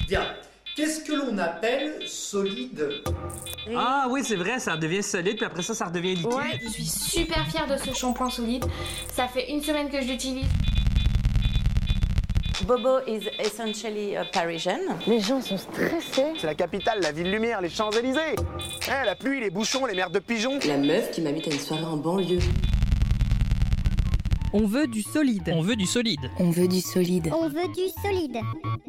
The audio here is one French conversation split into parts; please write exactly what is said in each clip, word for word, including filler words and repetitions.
Bien. Qu'est-ce que l'on appelle solide ? Ah oui, c'est vrai, ça devient solide, puis après ça, ça redevient liquide. Ouais, je suis super fière de ce shampoing solide. Ça fait une semaine que je l'utilise. Bobo is essentially a Parisian. Les gens sont stressés. C'est la capitale, la ville lumière, les Champs-Élysées. Eh, la pluie, les bouchons, les merdes de pigeons. La meuf qui m'invite à une soirée en banlieue. On veut du solide. On veut du solide. On veut du solide. On veut du solide.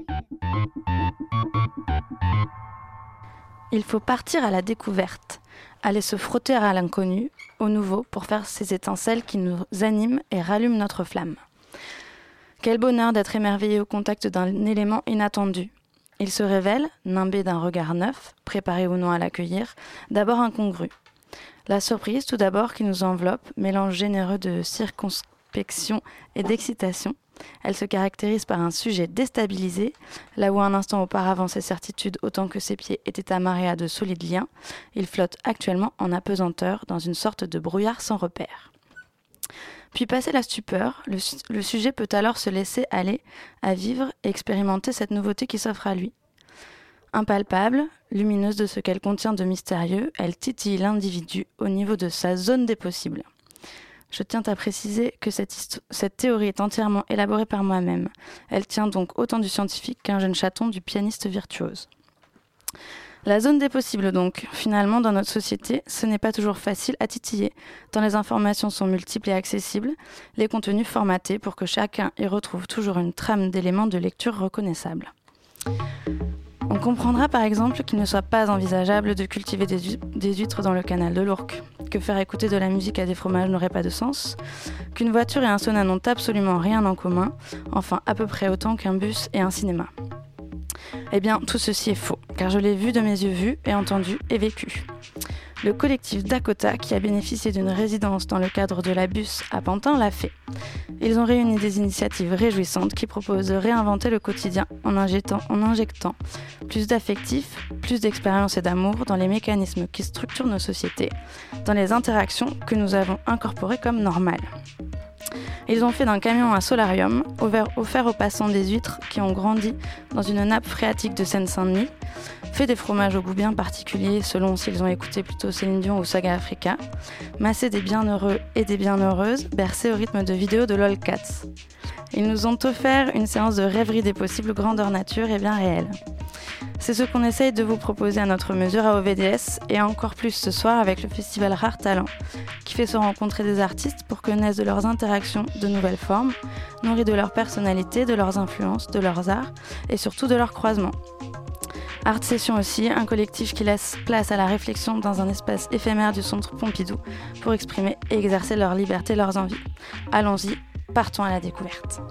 Il faut partir à la découverte, aller se frotter à l'inconnu, au nouveau, pour faire ces étincelles qui nous animent et rallument notre flamme. Quel bonheur d'être émerveillé au contact d'un élément inattendu. Il se révèle, nimbé d'un regard neuf, préparé ou non à l'accueillir, d'abord incongru. La surprise, tout d'abord, qui nous enveloppe, mélange généreux de circonspection et d'excitation. Elle se caractérise par un sujet déstabilisé, là où un instant auparavant ses certitudes autant que ses pieds étaient amarrés à de solides liens, il flotte actuellement en apesanteur dans une sorte de brouillard sans repère. Puis passé la stupeur, le, le sujet peut alors se laisser aller à vivre et expérimenter cette nouveauté qui s'offre à lui. Impalpable, lumineuse de ce qu'elle contient de mystérieux, elle titille l'individu au niveau de sa zone des possibles. Je tiens à préciser que cette, histo- cette théorie est entièrement élaborée par moi-même. Elle tient donc autant du scientifique qu'un jeune chaton du pianiste virtuose. La zone des possibles donc, finalement dans notre société, ce n'est pas toujours facile à titiller, tant les informations sont multiples et accessibles, les contenus formatés pour que chacun y retrouve toujours une trame d'éléments de lecture reconnaissables. On comprendra par exemple qu'il ne soit pas envisageable de cultiver des, hu- des huîtres dans le canal de l'Ourcq, que faire écouter de la musique à des fromages n'aurait pas de sens, qu'une voiture et un sauna n'ont absolument rien en commun, enfin à peu près autant qu'un bus et un cinéma. Eh bien, tout ceci est faux, car je l'ai vu de mes yeux vus et entendu et vécu. Le collectif Dakota, qui a bénéficié d'une résidence dans le cadre de la Bus à Pantin, l'a fait. Ils ont réuni des initiatives réjouissantes qui proposent de réinventer le quotidien en injectant, en injectant plus d'affectifs, plus d'expérience et d'amour dans les mécanismes qui structurent nos sociétés, dans les interactions que nous avons incorporées comme normales. Ils ont fait d'un camion un solarium, offert, offert aux passants des huîtres qui ont grandi dans une nappe phréatique de Seine-Saint-Denis, fait des fromages au goût bien particulier selon s'ils ont écouté plutôt Céline Dion ou Saga Africa, massé des bienheureux et des bienheureuses, bercés au rythme de vidéos de lolcats. Ils nous ont offert une séance de rêverie des possibles grandeur nature et bien réelle. C'est ce qu'on essaye de vous proposer à notre mesure à O V D S et encore plus ce soir avec le festival Rare Talent qui fait se rencontrer des artistes pour que naissent de leurs interactions de nouvelles formes, nourries de leur personnalité, de leurs influences, de leurs arts et surtout de leurs croisements. Art Session aussi, un collectif qui laisse place à la réflexion dans un espace éphémère du Centre Pompidou pour exprimer et exercer leur liberté, leurs envies. Allons-y, partons à la découverte.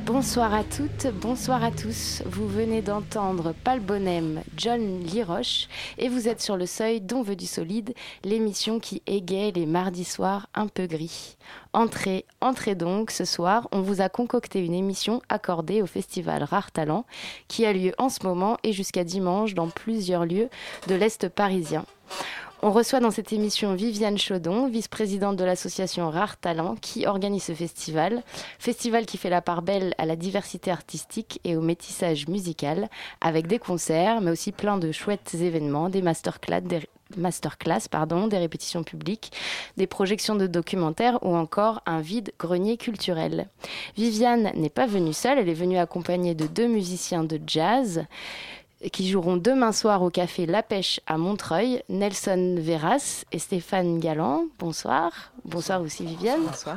Bonsoir à toutes, bonsoir à tous. Vous venez d'entendre Pal Bonhem, John Liroche et vous êtes sur le seuil d'On veut du solide, l'émission qui égaye les mardis soirs un peu gris. Entrez, entrez donc, ce soir, on vous a concocté une émission accordée au festival Rare Talent qui a lieu en ce moment et jusqu'à dimanche dans plusieurs lieux de l'Est parisien. On reçoit dans cette émission Viviane Chaudon, vice-présidente de l'association Rare Talent, qui organise ce festival. Festival qui fait la part belle à la diversité artistique et au métissage musical, avec des concerts, mais aussi plein de chouettes événements, des masterclass, des masterclass, pardon, des répétitions publiques, des projections de documentaires ou encore un vide-grenier culturel. Viviane n'est pas venue seule, elle est venue accompagnée de deux musiciens de jazz qui joueront demain soir au café La Pêche à Montreuil, Nelson Verras et Stéphane Galland. Bonsoir. Bonsoir aussi Viviane. Bonsoir.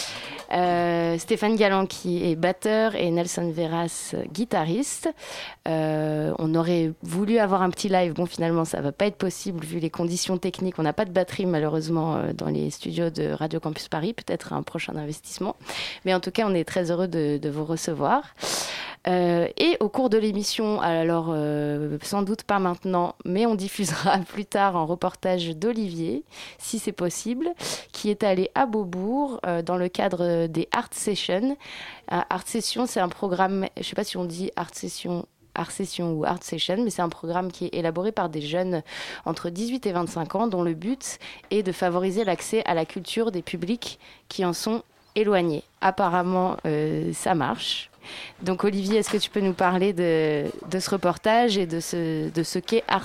Euh, Stéphane Galland qui est batteur et Nelson Verras guitariste. Euh, on aurait voulu avoir un petit live. Bon, finalement, ça ne va pas être possible vu les conditions techniques. On n'a pas de batterie malheureusement euh, dans les studios de Radio Campus Paris. Peut-être un prochain investissement. Mais en tout cas, on est très heureux de, de vous recevoir. Euh, et au cours de l'émission, alors euh, sans doute pas maintenant, mais on diffusera plus tard un reportage d'Olivier, si c'est possible, qui est allé à Beaubourg euh, dans le cadre des Art Sessions. Euh, Art Sessions, c'est un programme, je ne sais pas si on dit Art Session, Art Session ou Art Session, mais c'est un programme qui est élaboré par des jeunes entre dix-huit et vingt-cinq ans, dont le but est de favoriser l'accès à la culture des publics qui en sont éloignés. Apparemment, euh, ça marche. Donc Olivier, est-ce que tu peux nous parler de, de ce reportage et de ce, de ce qu'est Art?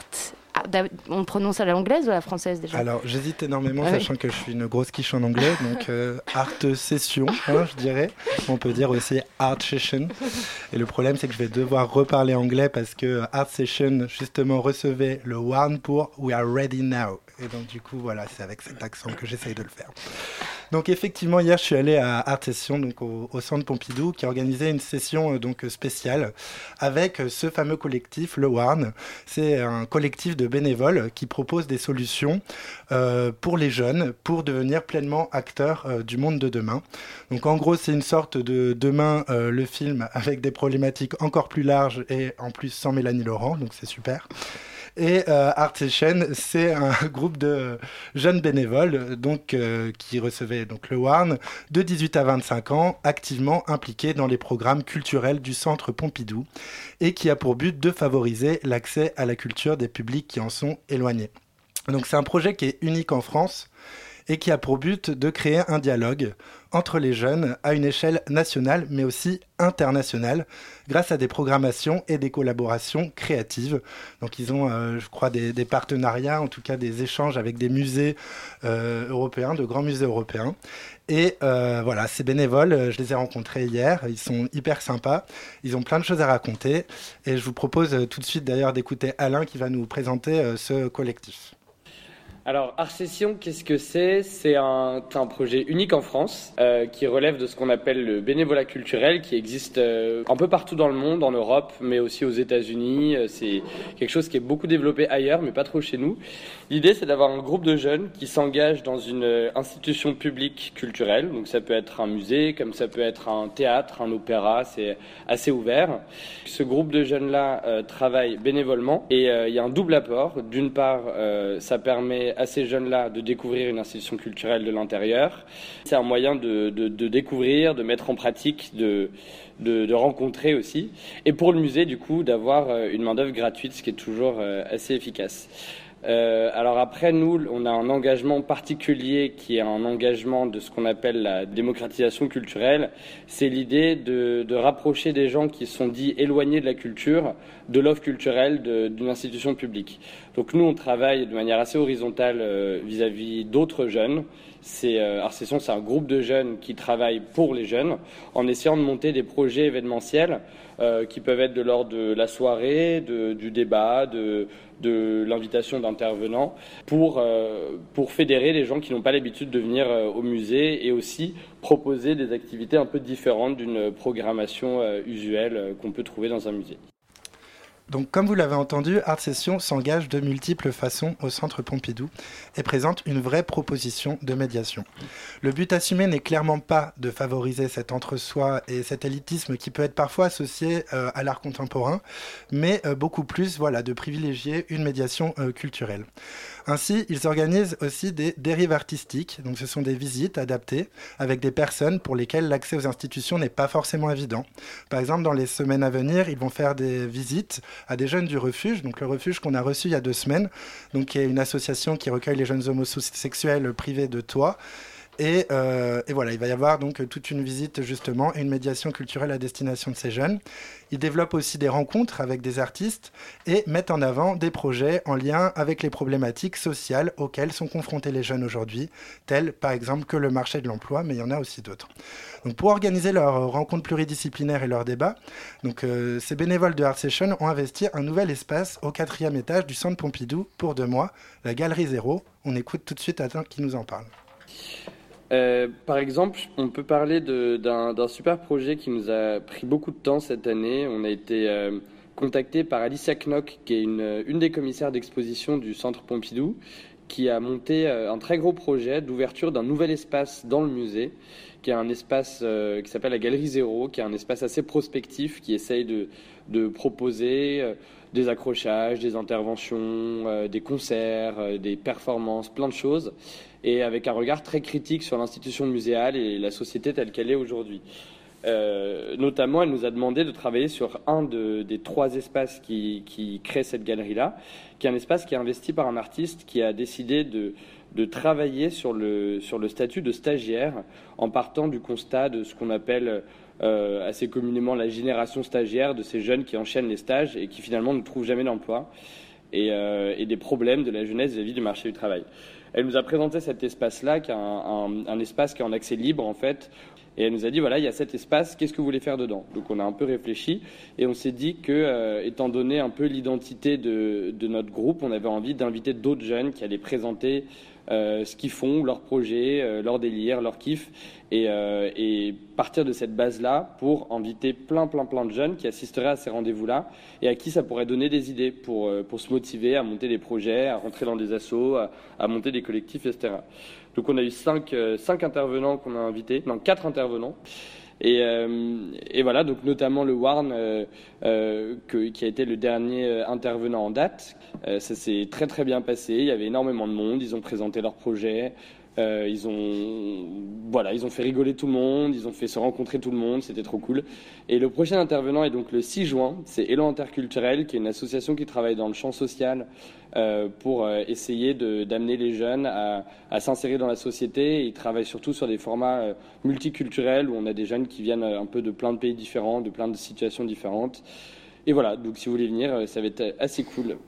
On prononce à l'anglaise ou à la française déjà? Alors j'hésite énormément, ah, sachant oui. que je suis une grosse quiche en anglais, donc euh, Art Session, hein, je dirais. On peut dire aussi Art Session. Et le problème, c'est que je vais devoir reparler anglais parce que Art Session, justement, recevait le warn pour We Are Ready Now. Et donc du coup, voilà, c'est avec cet accent que j'essaye de le faire. Donc effectivement, hier, je suis allé à Art Session, donc au, au Centre Pompidou, qui organisait une session euh, donc spéciale avec ce fameux collectif, le Warn. C'est un collectif de bénévoles qui propose des solutions euh, pour les jeunes pour devenir pleinement acteurs euh, du monde de demain. Donc en gros, c'est une sorte de Demain, euh, le film, avec des problématiques encore plus larges et en plus sans Mélanie Laurent, donc c'est super. Et euh, Art Session, c'est un groupe de jeunes bénévoles donc, euh, qui recevaient donc, le Warn de dix-huit à vingt-cinq ans, activement impliqués dans les programmes culturels du Centre Pompidou et qui a pour but de favoriser l'accès à la culture des publics qui en sont éloignés. Donc c'est un projet qui est unique en France et qui a pour but de créer un dialogue entre les jeunes à une échelle nationale mais aussi internationale grâce à des programmations et des collaborations créatives. Donc ils ont, euh, je crois, des, des partenariats, en tout cas des échanges avec des musées euh, européens, de grands musées européens. Et euh, voilà, ces bénévoles, je les ai rencontrés hier, ils sont hyper sympas, ils ont plein de choses à raconter et je vous propose tout de suite d'ailleurs d'écouter Alain qui va nous présenter euh, ce collectif. Alors, Art Session, qu'est-ce que c'est? C'est un, un projet unique en France euh, qui relève de ce qu'on appelle le bénévolat culturel, qui existe euh, un peu partout dans le monde, en Europe, mais aussi aux États-Unis. C'est quelque chose qui est beaucoup développé ailleurs, mais pas trop chez nous. L'idée, c'est d'avoir un groupe de jeunes qui s'engagent dans une institution publique culturelle. Donc, ça peut être un musée, comme ça peut être un théâtre, un opéra. C'est assez ouvert. Ce groupe de jeunes-là euh, travaille bénévolement et euh, il y a un double apport. D'une part, euh, ça permet à ces jeunes-là de découvrir une institution culturelle de l'intérieur. C'est un moyen de, de, de découvrir, de mettre en pratique, de, de, de rencontrer aussi. Et pour le musée, du coup, d'avoir une main-d'œuvre gratuite, ce qui est toujours assez efficace. Euh, alors après, nous, on a un engagement particulier qui est un engagement de ce qu'on appelle la démocratisation culturelle. C'est l'idée de, de rapprocher des gens qui sont dits éloignés de la culture, de l'offre culturelle de, d'une institution publique. Donc nous, on travaille de manière assez horizontale euh, vis-à-vis d'autres jeunes. C'est, euh, Art Session, c'est un groupe de jeunes qui travaillent pour les jeunes en essayant de monter des projets événementiels euh, qui peuvent être de l'ordre de la soirée, de, du débat, de, de l'invitation d'intervenants pour, euh, pour fédérer les gens qui n'ont pas l'habitude de venir euh, au musée et aussi proposer des activités un peu différentes d'une programmation euh, usuelle euh, qu'on peut trouver dans un musée. Donc, comme vous l'avez entendu, Art Session s'engage de multiples façons au Centre Pompidou et présente une vraie proposition de médiation. Le but assumé n'est clairement pas de favoriser cet entre-soi et cet élitisme qui peut être parfois associé euh, à l'art contemporain, mais euh, beaucoup plus voilà, de privilégier une médiation euh, culturelle. Ainsi, ils organisent aussi des dérives artistiques, donc ce sont des visites adaptées avec des personnes pour lesquelles l'accès aux institutions n'est pas forcément évident. Par exemple, dans les semaines à venir, ils vont faire des visites à des jeunes du refuge, donc le refuge qu'on a reçu il y a deux semaines, donc qui est une association qui recueille les jeunes homosexuels privés de toit. Et, euh, et voilà, il va y avoir donc toute une visite justement et une médiation culturelle à destination de ces jeunes. Ils développent aussi des rencontres avec des artistes et mettent en avant des projets en lien avec les problématiques sociales auxquelles sont confrontés les jeunes aujourd'hui, telles par exemple que le marché de l'emploi, mais il y en a aussi d'autres. Donc pour organiser leurs rencontres pluridisciplinaires et leurs débats, donc, euh, ces bénévoles de Art Session ont investi un nouvel espace au quatrième étage du Centre Pompidou pour deux mois, la Galerie Zéro. On écoute tout de suite Atteint qui nous en parle. Euh, par exemple, on peut parler de, d'un, d'un super projet qui nous a pris beaucoup de temps cette année. On a été euh, contacté par Alicia Knock, qui est une, une des commissaires d'exposition du Centre Pompidou, qui a monté euh, un très gros projet d'ouverture d'un nouvel espace dans le musée, qui est un espace euh, qui s'appelle la Galerie Zéro, qui est un espace assez prospectif, qui essaye de, de proposer euh, des accrochages, des interventions, euh, des concerts, euh, des performances, plein de choses, et avec un regard très critique sur l'institution muséale et la société telle qu'elle est aujourd'hui. Euh, notamment, elle nous a demandé de travailler sur un de, des trois espaces qui, qui créent cette galerie-là, qui est un espace qui est investi par un artiste qui a décidé de, de travailler sur le, sur le statut de stagiaire en partant du constat de ce qu'on appelle euh, assez communément la génération stagiaire, de ces jeunes qui enchaînent les stages et qui finalement ne trouvent jamais d'emploi, et, euh, et des problèmes de la jeunesse vis-à-vis du marché du travail. Elle nous a présenté cet espace-là, qui est un, un, un espace qui est en accès libre en fait, et elle nous a dit voilà, il y a cet espace, qu'est-ce que vous voulez faire dedans? Donc on a un peu réfléchi et on s'est dit que, euh, étant donné un peu l'identité de, de notre groupe, on avait envie d'inviter d'autres jeunes qui allaient présenter euh, ce qu'ils font, leurs projets, euh, leurs délires, leurs kiffs, et, euh, et partir de cette base-là pour inviter plein, plein, plein de jeunes qui assisteraient à ces rendez-vous-là et à qui ça pourrait donner des idées pour, euh, pour se motiver à monter des projets, à rentrer dans des assos, à, à monter des collectifs, et cetera. Donc on a eu cinq, euh, cinq intervenants qu'on a invités, non, quatre intervenants. Et, euh, et voilà, donc notamment le Warn, euh, euh, que, qui a été le dernier intervenant en date. Euh, ça s'est très très bien passé, il y avait énormément de monde, ils ont présenté leurs projets, euh, ils ont, voilà, ils ont fait rigoler tout le monde, ils ont fait se rencontrer tout le monde, c'était trop cool. Et le prochain intervenant est donc le six juin, c'est Élan Interculturel, qui est une association qui travaille dans le champ social euh, pour euh, essayer de, d'amener les jeunes à, à s'insérer dans la société. Ils travaillent surtout sur des formats euh, multiculturels où on a des jeunes qui viennent un peu de plein de pays différents, de plein de situations différentes. Et voilà, donc si vous voulez venir, ça va être assez cool.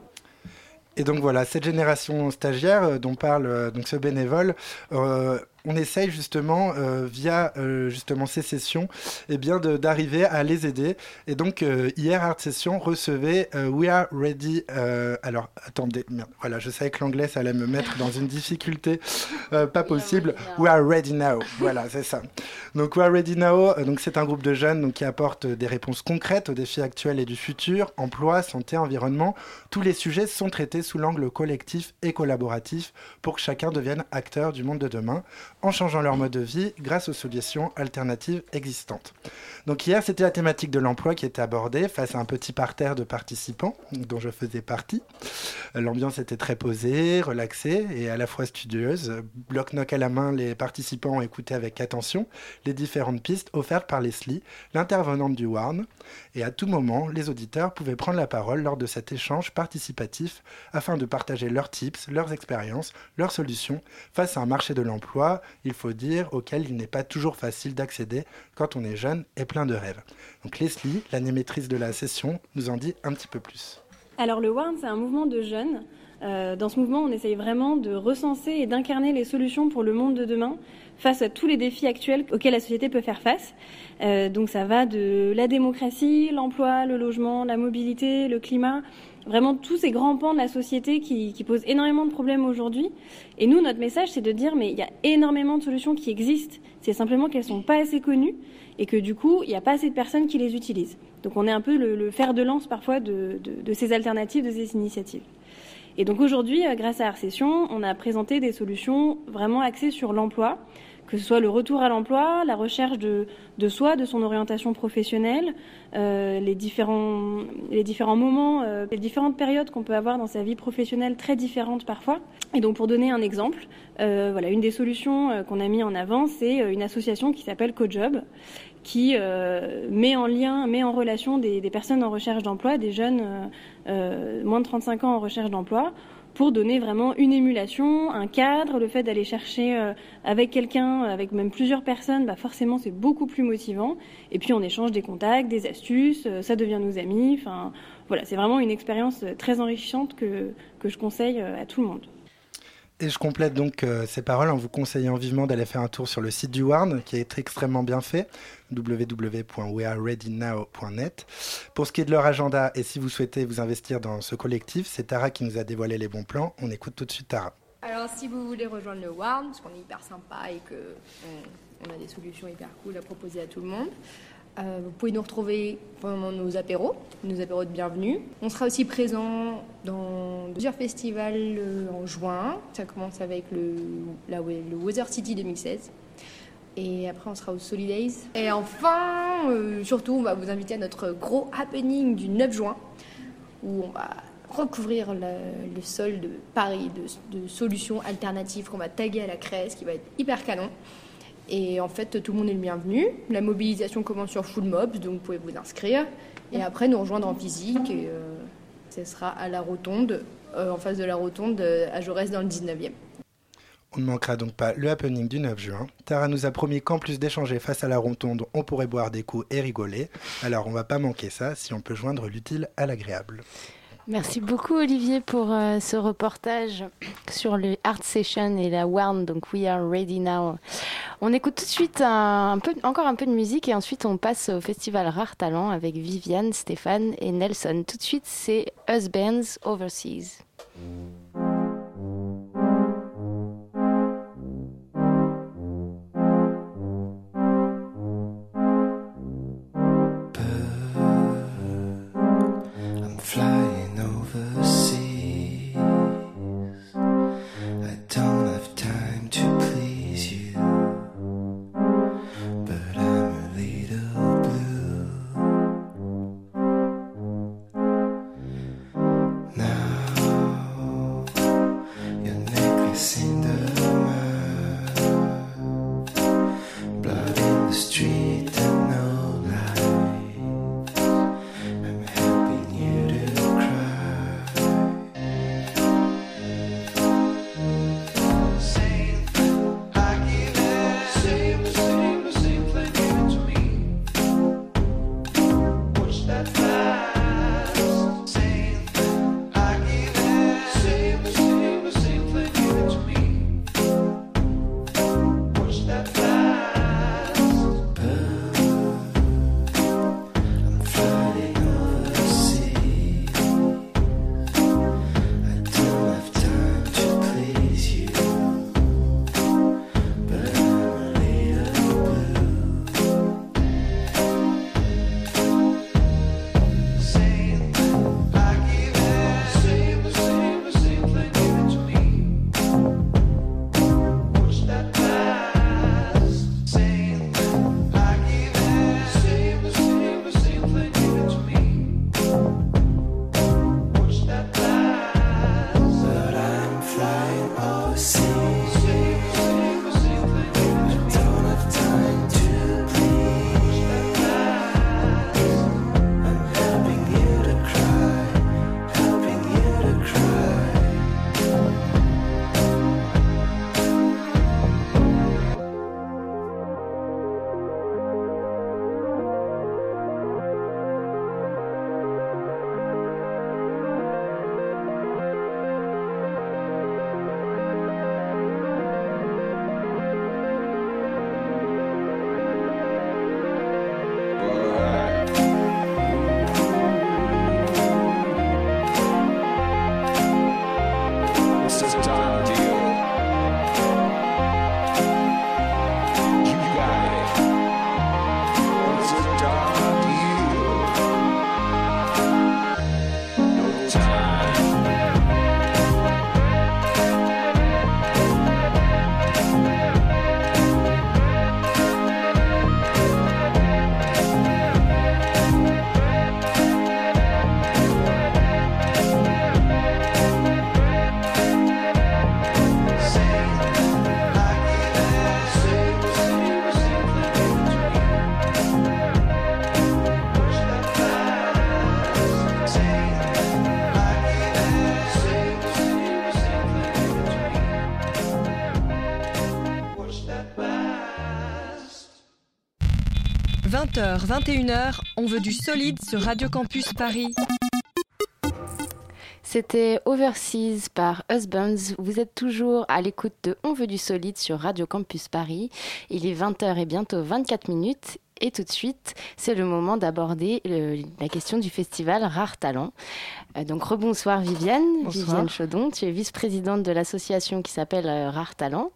Et donc voilà, cette génération stagiaire euh, dont parle euh, donc ce bénévole, euh, on essaye justement euh, via euh, justement ces sessions, eh bien de, d'arriver à les aider. Et donc euh, hier Art Session recevait euh, We Are Ready. Euh, alors attendez, merde, voilà, je savais que l'anglais ça allait me mettre dans une difficulté euh, pas possible. We Are Ready Now. Voilà, c'est ça. Donc We Are Ready Now. Euh, donc c'est un groupe de jeunes donc qui apportent des réponses concrètes aux défis actuels et du futur, emploi, santé, environnement. Tous les sujets sont traités sous l'angle collectif et collaboratif pour que chacun devienne acteur du monde de demain, en changeant leur mode de vie grâce aux solutions alternatives existantes. Donc hier, c'était la thématique de l'emploi qui était abordée face à un petit parterre de participants dont je faisais partie. L'ambiance était très posée, relaxée et à la fois studieuse. Bloc-noc à la main, les participants ont écouté avec attention les différentes pistes offertes par Leslie, l'intervenante du Warn. Et à tout moment, les auditeurs pouvaient prendre la parole lors de cet échange participatif afin de partager leurs tips, leurs expériences, leurs solutions face à un marché de l'emploi, il faut dire, auquel il n'est pas toujours facile d'accéder quand on est jeune et plein de rêves. Donc Leslie, l'animatrice de la session, nous en dit un petit peu plus. Alors le Warn, c'est un mouvement de jeunes. Euh, dans ce mouvement, on essaye vraiment de recenser et d'incarner les solutions pour le monde de demain face à tous les défis actuels auxquels la société peut faire face. Euh, donc ça va de la démocratie, l'emploi, le logement, la mobilité, le climat, vraiment tous ces grands pans de la société qui, qui posent énormément de problèmes aujourd'hui. Et nous, notre message, c'est de dire mais il y a énormément de solutions qui existent, c'est simplement qu'elles sont pas assez connues et que du coup, il n'y a pas assez de personnes qui les utilisent. Donc on est un peu le, le fer de lance parfois de, de, de ces alternatives, de ces initiatives. Et donc aujourd'hui, grâce à Artsession, on a présenté des solutions vraiment axées sur l'emploi, que ce soit le retour à l'emploi, la recherche de, de soi, de son orientation professionnelle, euh, les, différents, les différents moments, euh, les différentes périodes qu'on peut avoir dans sa vie professionnelle très différentes parfois. Et donc pour donner un exemple, euh, voilà, une des solutions euh, qu'on a mis en avant, c'est une association qui s'appelle CoJob, qui euh, met en lien, met en relation des, des personnes en recherche d'emploi, des jeunes euh, euh, moins de trente-cinq ans en recherche d'emploi, pour donner vraiment une émulation, un cadre. Le fait d'aller chercher euh, avec quelqu'un, avec même plusieurs personnes, bah forcément c'est beaucoup plus motivant. Et puis on échange des contacts, des astuces, euh, ça devient nos amis. Enfin voilà, c'est vraiment une expérience très enrichissante que, que je conseille à tout le monde. Et je complète donc euh, ces paroles en vous conseillant vivement d'aller faire un tour sur le site du Warn, qui est extrêmement bien fait, w w w point we are ready now point net. Pour ce qui est de leur agenda, et si vous souhaitez vous investir dans ce collectif, c'est Tara qui nous a dévoilé les bons plans. On écoute tout de suite Tara. Alors si vous voulez rejoindre le Warn, parce qu'on est hyper sympa et qu'on on a des solutions hyper cool à proposer à tout le monde, Euh, vous pouvez nous retrouver pendant nos apéros, nos apéros de bienvenue. On sera aussi présent dans plusieurs festivals euh, en juin. Ça commence avec le, la, le Weather City deux mille seize. Et après, on sera au Solidays. Et enfin, euh, surtout, on va vous inviter à notre gros happening du neuf juin, où on va recouvrir le, le sol de Paris de, de solutions alternatives qu'on va taguer à la craie, ce qui va être hyper canon. Et en fait, tout le monde est le bienvenu. La mobilisation commence sur Full Mobs, donc vous pouvez vous inscrire. Et après, nous rejoindre en physique. Et euh, ce sera à la Rotonde, euh, en face de la Rotonde, à Jaurès, dans le dix-neuvième. On ne manquera donc pas le happening du neuf juin. Tara nous a promis qu'en plus d'échanger face à la Rotonde, on pourrait boire des coups et rigoler. Alors, on ne va pas manquer ça si on peut joindre l'utile à l'agréable. Merci beaucoup Olivier pour euh, ce reportage sur le Artsession et la Warn, donc We Are Ready Now. On écoute tout de suite un, un peu, encore un peu de musique et ensuite on passe au festival Rare Talent avec Viviane, Stéphane et Nelson. Tout de suite c'est Husbands Overseas. Now heures vingt et une heures, on veut du solide sur Radio Campus Paris. C'était Overseas par Husbands. Vous êtes toujours à l'écoute de On veut du solide sur Radio Campus Paris. Il est vingt heures et bientôt vingt-quatre minutes. Et tout de suite, c'est le moment d'aborder le, la question du festival Rares Talents. Euh, donc rebonsoir Viviane. Bonsoir. Viviane Chaudon, tu es vice-présidente de l'association qui s'appelle euh, Rares Talents.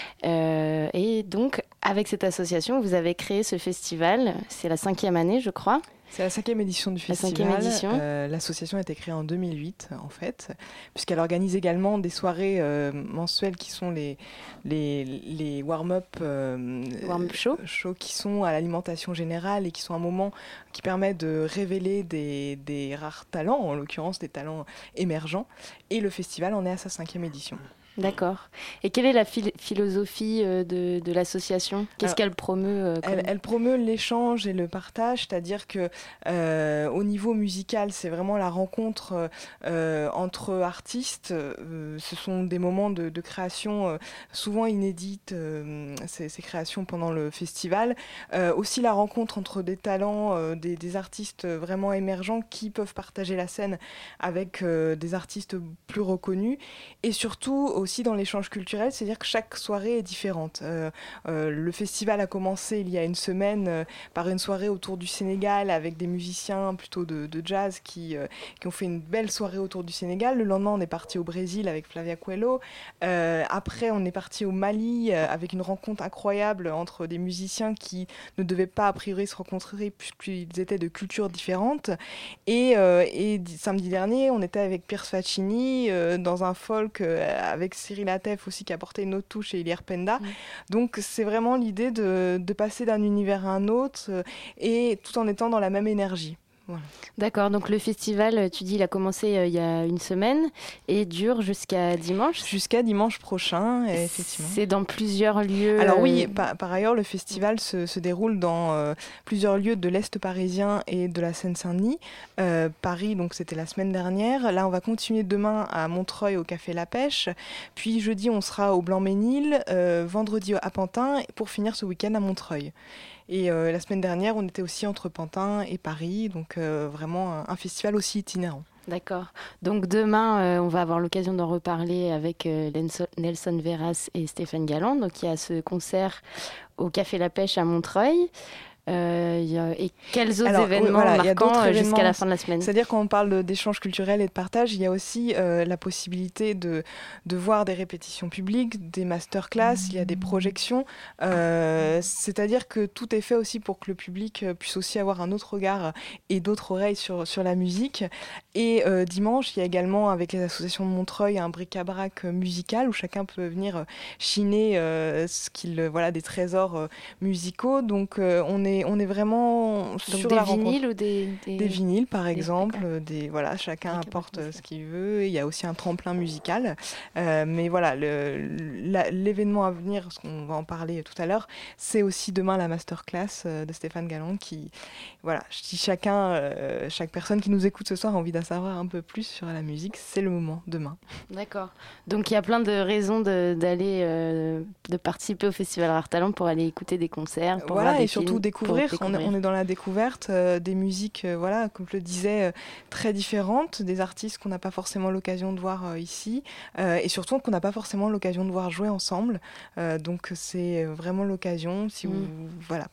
Euh, et donc, avec cette association, vous avez créé ce festival. C'est la cinquième année, je crois. C'est la cinquième édition du la festival. Cinquième édition. Euh, l'association a été créée en deux mille huit, en fait, puisqu'elle organise également des soirées euh, mensuelles qui sont les, les, les warm-up euh, warm show. show qui sont à l'alimentation générale et qui sont un moment qui permet de révéler des, des rares talents, en l'occurrence des talents émergents. Et le festival en est à sa cinquième édition. D'accord. Et quelle est la phil- philosophie euh, de, de l'association ? Qu'est-ce Alors, qu'elle promeut euh, comme... elle, elle promeut l'échange et le partage, c'est-à-dire que euh, au niveau musical, c'est vraiment la rencontre euh, entre artistes. Euh, ce sont des moments de, de création euh, souvent inédites, euh, ces, ces créations pendant le festival. Euh, aussi la rencontre entre des talents, euh, des, des artistes vraiment émergents qui peuvent partager la scène avec euh, des artistes plus reconnus. Et surtout aussi dans l'échange culturel, c'est-à-dire que chaque soirée est différente. Euh, euh, le festival a commencé il y a une semaine euh, par une soirée autour du Sénégal avec des musiciens plutôt de, de jazz qui, euh, qui ont fait une belle soirée autour du Sénégal. Le lendemain, on est parti au Brésil avec Flavia Coelho. Euh, après, on est parti au Mali euh, avec une rencontre incroyable entre des musiciens qui ne devaient pas a priori se rencontrer puisqu'ils étaient de cultures différentes. Et, euh, et samedi dernier, on était avec Pierce Faccini euh, dans un folk euh, avec Cyril Atef aussi qui a porté une autre touche et Ilir Penda. Mmh. Donc c'est vraiment l'idée de, de passer d'un univers à un autre euh, et tout en étant dans la même énergie. Voilà. D'accord, donc le festival, tu dis, il a commencé euh, il y a une semaine et dure jusqu'à dimanche ? Jusqu'à dimanche prochain, et effectivement. C'est dans plusieurs lieux. Alors oui, par, par ailleurs, le festival se, se déroule dans euh, plusieurs lieux de l'Est parisien et de la Seine-Saint-Denis. Euh, Paris, donc c'était la semaine dernière. Là, on va continuer demain à Montreuil au Café La Pêche. Puis jeudi, on sera au Blanc-Ménil. Euh, vendredi à Pantin pour finir ce week-end à Montreuil. Et euh, la semaine dernière, on était aussi entre Pantin et Paris, donc euh, vraiment un, un festival aussi itinérant. D'accord. Donc demain, euh, on va avoir l'occasion d'en reparler avec euh, Nelson Veras et Stéphane Galland. Donc il y a ce concert au Café La Pêche à Montreuil. Euh, y a... Et quels autres Alors, événements voilà, marquants jusqu'à la fin de la semaine ? C'est-à-dire quand on parle d'échanges culturels et de partage, il y a aussi euh, la possibilité de, de voir des répétitions publiques, des masterclass, il y a des projections. Euh, c'est-à-dire que tout est fait aussi pour que le public puisse aussi avoir un autre regard et d'autres oreilles sur, sur la musique. Et euh, dimanche, il y a également avec les associations de Montreuil un bric-à-brac musical où chacun peut venir chiner euh, ce qu'il, voilà, des trésors euh, musicaux. Donc euh, on est On est vraiment Donc sur des la vinyles rencontre. ou des, des... des vinyles par des... exemple, des, voilà, chacun apporte ce qu'il veut. Il y a aussi un tremplin musical. Euh, mais voilà, le, la, l'événement à venir, parce qu'on va en parler tout à l'heure, c'est aussi demain la masterclass de Stéphane Galland qui, voilà, si chacun, euh, chaque personne qui nous écoute ce soir a envie d'en savoir un peu plus sur la musique, c'est le moment, demain. D'accord. Donc il y a plein de raisons de, d'aller, euh, de participer au Festival Rares Talents pour aller écouter des concerts, pour voilà, voir des et surtout films, découvrir. On, on est dans la découverte euh, des musiques, euh, voilà, comme je le disais, euh, très différentes, des artistes qu'on n'a pas forcément l'occasion de voir euh, ici, euh, et surtout qu'on n'a pas forcément l'occasion de voir jouer ensemble. Euh, donc c'est vraiment l'occasion, si mmh. vous, voilà,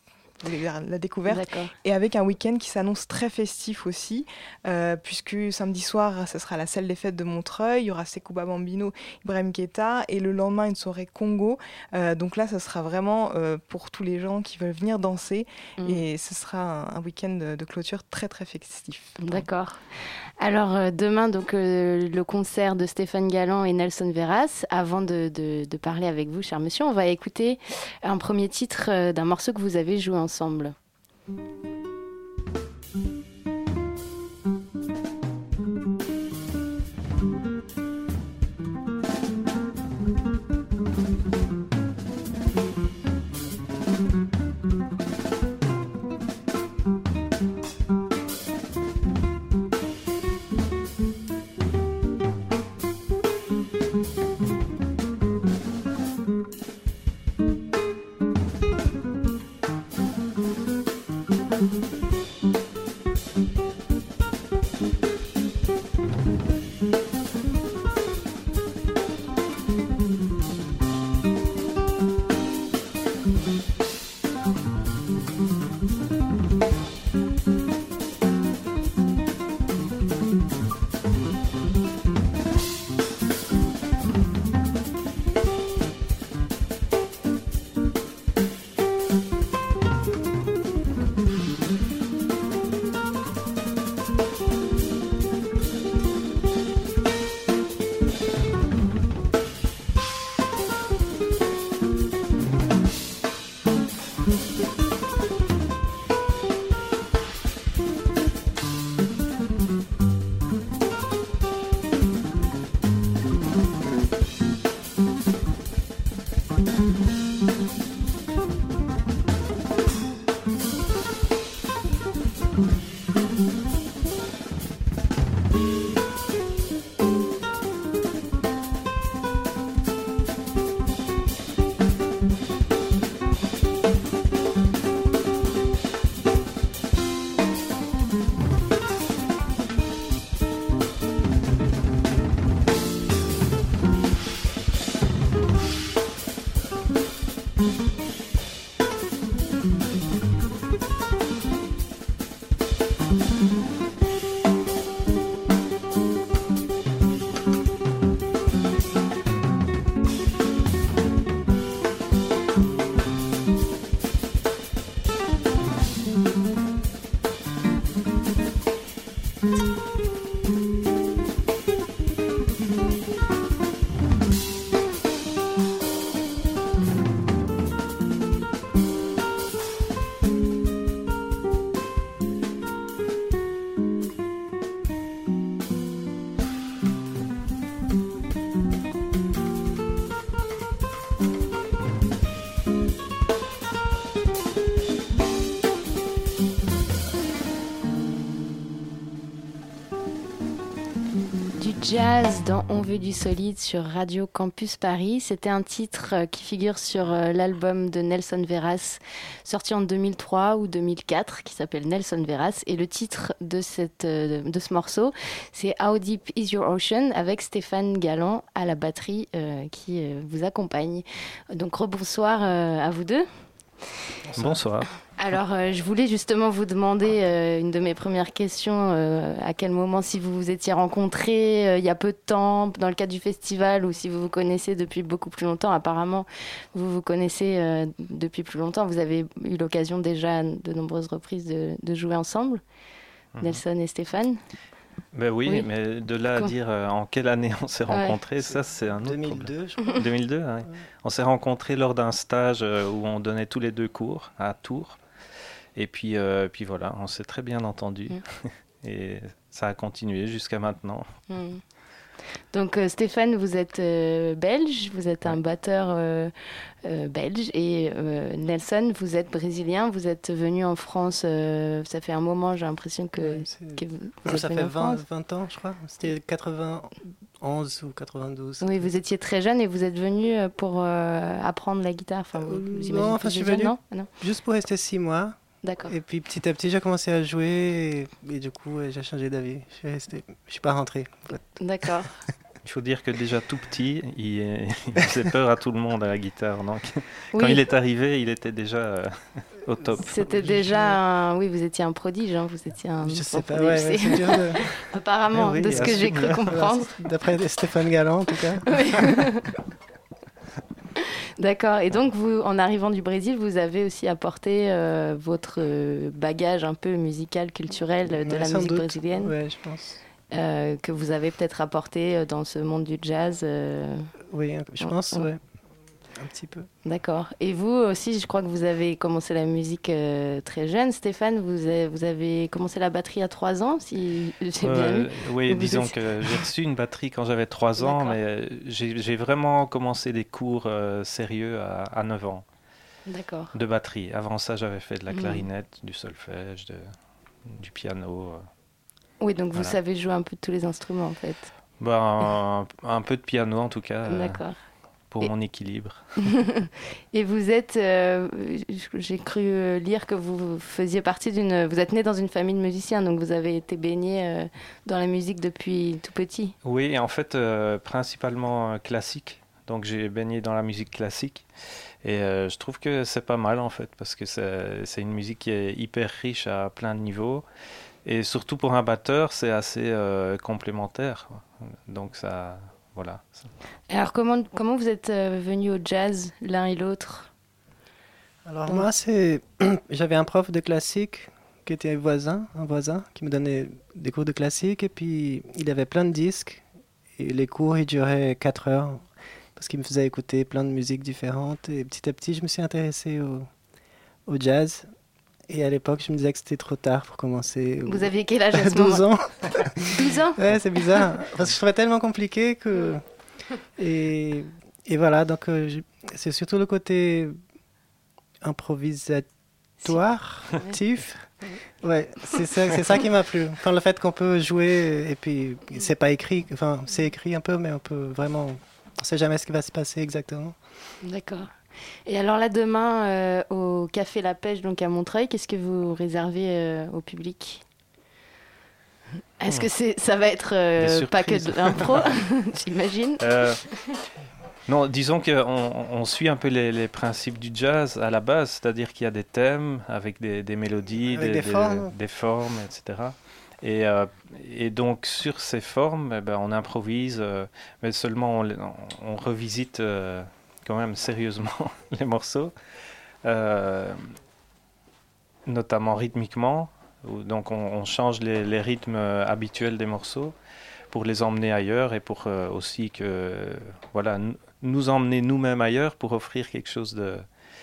la découverte. D'accord. Et avec un week-end qui s'annonce très festif aussi, euh, puisque samedi soir, ce sera la salle des fêtes de Montreuil, il y aura Sekouba Bambino, Ibrahim Keita, et le lendemain, une soirée Congo. Euh, donc là, ce sera vraiment euh, pour tous les gens qui veulent venir danser, mmh. et ce sera un, un week-end de, de clôture très très festif. D'accord. Alors euh, demain, donc euh, le concert de Stéphane Galland et Nelson Veras. Avant de, de, de parler avec vous, cher monsieur, on va écouter un premier titre euh, d'un morceau que vous avez joué ensemble. Jazz dans On veut du solide sur Radio Campus Paris. C'était un titre qui figure sur l'album de Nelson Veras sorti en deux mille trois ou deux mille quatre qui s'appelle Nelson Veras. Et le titre de, cette, de ce morceau, c'est How Deep Is Your Ocean avec Stéphane Galland à la batterie euh, qui euh, vous accompagne. Donc rebonsoir euh, à vous deux. Bonsoir. Alors, euh, je voulais justement vous demander euh, une de mes premières questions, euh, à quel moment, si vous vous étiez rencontrés euh, il y a peu de temps dans le cadre du festival ou si vous vous connaissez depuis beaucoup plus longtemps. Apparemment, vous vous connaissez euh, depuis plus longtemps. Vous avez eu l'occasion déjà de nombreuses reprises de, de jouer ensemble, mmh. Nelson et Stéphane. Ben oui, oui, mais de là à Quoi dire euh, en quelle année on s'est rencontrés, ouais. ça c'est un autre deux mille deux, problème. Je crois. deux mille deux, ouais. Ouais. On s'est rencontrés lors d'un stage euh, où on donnait tous les deux cours à Tours. Et puis, euh, puis voilà, on s'est très bien entendus. Mm. Et ça a continué jusqu'à maintenant. Mm. Donc euh, Stéphane, vous êtes euh, belge, vous êtes un batteur euh, euh, belge. Et euh, Nelson, vous êtes brésilien, vous êtes venu en France, euh, ça fait un moment, j'ai l'impression que, ouais, que vous, vous non, êtes ça venu fait en France. vingt ans, je crois. C'était quatre-vingt-onze ou quatre-vingt-douze. Oui, vous étiez très jeune et vous êtes venu pour euh, apprendre la guitare. Enfin, vous, vous non, enfin, je suis venu non non juste pour rester six mois. D'accord. Et puis petit à petit, j'ai commencé à jouer et, et du coup, ouais, j'ai changé d'avis. Je suis resté, je suis pas rentré. En fait. D'accord. Il faut dire que déjà tout petit, il, il faisait peur à tout le monde à la guitare. Donc, oui. Quand il est arrivé, il était déjà euh, au top. C'était déjà, un... oui, vous étiez un prodige, hein, vous étiez un. Je sais pas, ouais, ouais, c'est dur de... Apparemment, oui, de ce que j'ai cru comprendre. D'après Stéphane Galland, en tout cas. Oui. D'accord. Et donc, vous, en arrivant du Brésil, vous avez aussi apporté euh, votre bagage un peu musical, culturel de ouais, la musique doute. brésilienne. Ouais, je pense. Euh, que vous avez peut-être apporté dans ce monde du jazz. Euh... Oui, je pense, ouais. Un petit peu. D'accord. Et vous aussi, je crois que vous avez commencé la musique euh, très jeune. Stéphane, vous avez, vous avez commencé la batterie à trois ans, si j'ai euh, bien vu. Oui, vous disons êtes... que j'ai reçu une batterie quand j'avais trois ans, mais j'ai, j'ai vraiment commencé des cours euh, sérieux à, à neuf ans. D'accord. De batterie. Avant ça, j'avais fait de la clarinette, mmh. du solfège, de, du piano. Euh. Oui, donc voilà. Vous savez jouer un peu de tous les instruments, en fait. Ben, un, un peu de piano, en tout cas. D'accord. Euh, pour Et... mon équilibre. Et vous êtes, euh, j'ai cru lire que vous faisiez partie d'une, vous êtes né dans une famille de musiciens, donc vous avez été baigné euh, dans la musique depuis tout petit. Oui, en fait, euh, principalement classique. Donc j'ai baigné dans la musique classique. Et euh, je trouve que c'est pas mal, en fait, parce que c'est, c'est une musique qui est hyper riche à plein de niveaux. Et surtout pour un batteur, c'est assez euh, complémentaire. Donc ça... Voilà. Alors, comment, comment vous êtes euh, venus au jazz, l'un et l'autre ? Alors, Donc... moi, c'est... j'avais un prof de classique qui était voisin, un voisin, qui me donnait des cours de classique. Et puis, il avait plein de disques. Et les cours, ils duraient quatre heures. Parce qu'il me faisait écouter plein de musiques différentes. Et petit à petit, je me suis intéressé au, au jazz. Et à l'époque, je me disais que c'était trop tard pour commencer. Vous aviez quel âge à ce douze moment ? ans. douze ans ? Ouais, c'est bizarre. Parce que je trouvais tellement compliqué que... Et, et voilà, donc euh, je... c'est surtout le côté improvisatoire, tif, Ouais, c'est ça, c'est ça qui m'a plu. Enfin, le fait qu'on peut jouer et puis c'est pas écrit, enfin c'est écrit un peu, mais on peut vraiment, on sait jamais ce qui va se passer exactement. D'accord. Et alors là, demain, euh, au Café La Pêche, donc à Montreuil, qu'est-ce que vous réservez euh, au public ? Est-ce que c'est, ça va être euh, pas que de l'impro, j'imagine euh, Non, disons qu'on on suit un peu les, les principes du jazz à la base, c'est-à-dire qu'il y a des thèmes avec des, des mélodies, avec des, des, formes. des, des formes, et cetera. Et, euh, et donc sur ces formes, eh ben, on improvise, euh, mais seulement on, on revisite euh, quand même sérieusement les morceaux, euh, notamment rythmiquement. Donc on, on change les, les rythmes habituels des morceaux pour les emmener ailleurs et pour euh, aussi que voilà n- nous emmener nous-mêmes ailleurs pour offrir quelque chose de,